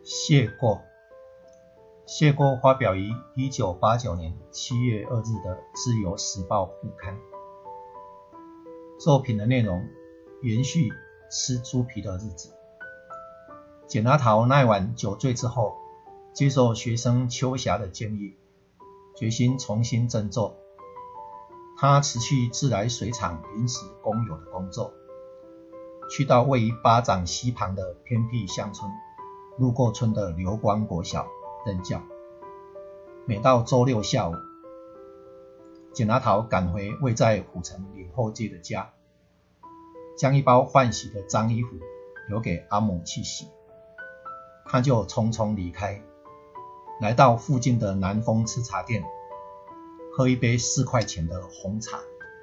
谢过，谢过发表于1989年7月2日的《自由时报》副刊。作品的内容延续吃猪皮的日子。简阿桃那晚酒醉之后，接受学生秋霞的建议，决心重新振作。他辞去自来水厂临时工友的工作，去到位于巴掌溪旁的偏僻乡村路过村的流光国小任教。每到周六下午，简阿桃赶回位在府城岭后街的家，将一包换洗的脏衣服留给阿母去洗。他就匆匆离开，来到附近的南丰吃茶店，喝一杯4块钱的红茶。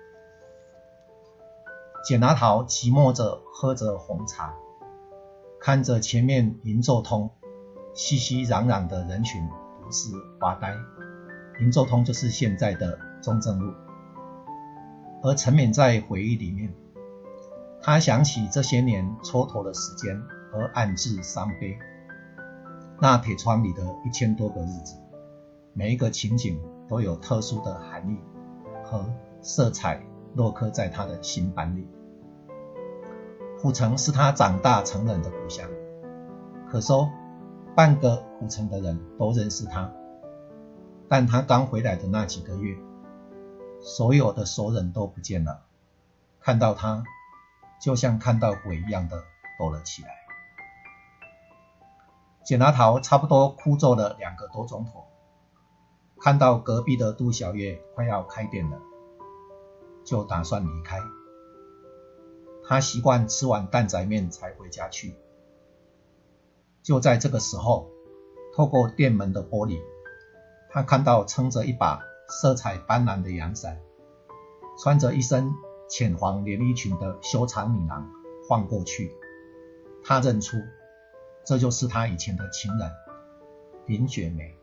简阿桃寂寞着喝着红茶，看着前面银座通熙熙攘攘的人群，独自发呆。银座通就是现在的中正路。而沉湎在回忆里面，他想起这些年蹉跎的时间，而暗自伤悲。那铁窗里的1000多个日子，每一个情景都有特殊的含义和色彩落刻在他的心版里。府城是他长大成人的故乡，可说半个府城的人都认识他。但他刚回来的那几个月，所有的熟人都不见了，看到他就像看到鬼一样的抖了起来。简阿桃差不多枯坐了2个多钟头，看到隔壁的杜小月快要开店了，就打算离开。他习惯吃完担仔面才回家去。就在这个时候，透过店门的玻璃，他看到撑着一把色彩斑斓的阳伞，穿着一身浅黄连衣裙的修长女郎晃过去。他认出这就是他以前的情人林雪梅。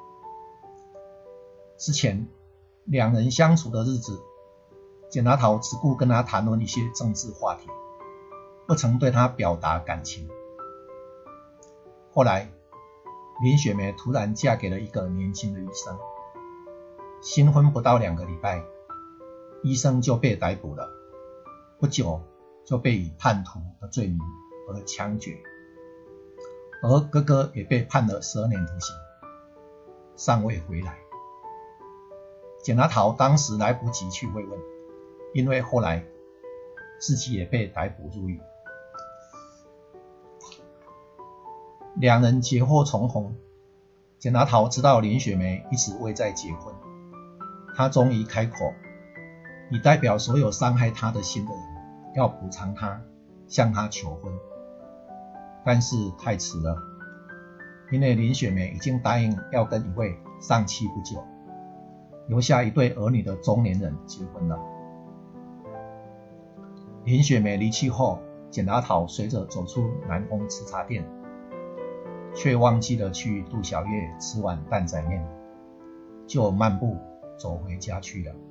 之前2人相处的日子，简阿桃只顾跟他谈论一些政治话题，不曾对他表达感情。后来林雪梅突然嫁给了一个年轻的医生，新婚不到2个礼拜，医生就被逮捕了，不久就被以叛徒的罪名而枪决。而哥哥也被判了12年徒刑，尚未回来。简阿桃当时来不及去慰问，因为后来自己也被逮捕入狱。2人劫祸重逢，简阿桃知道林雪梅一直未再结婚，她终于开口，以代表所有伤害她的心的人，要补偿她，向她求婚。但是太迟了，因为林雪梅已经答应要跟一位丧妻不久、留下一对儿女的中年人结婚了。林雪梅离去后，简阿桃随着走出南丰吃茶店，却忘记了去杜小月吃完担仔面，就漫步走回家去了。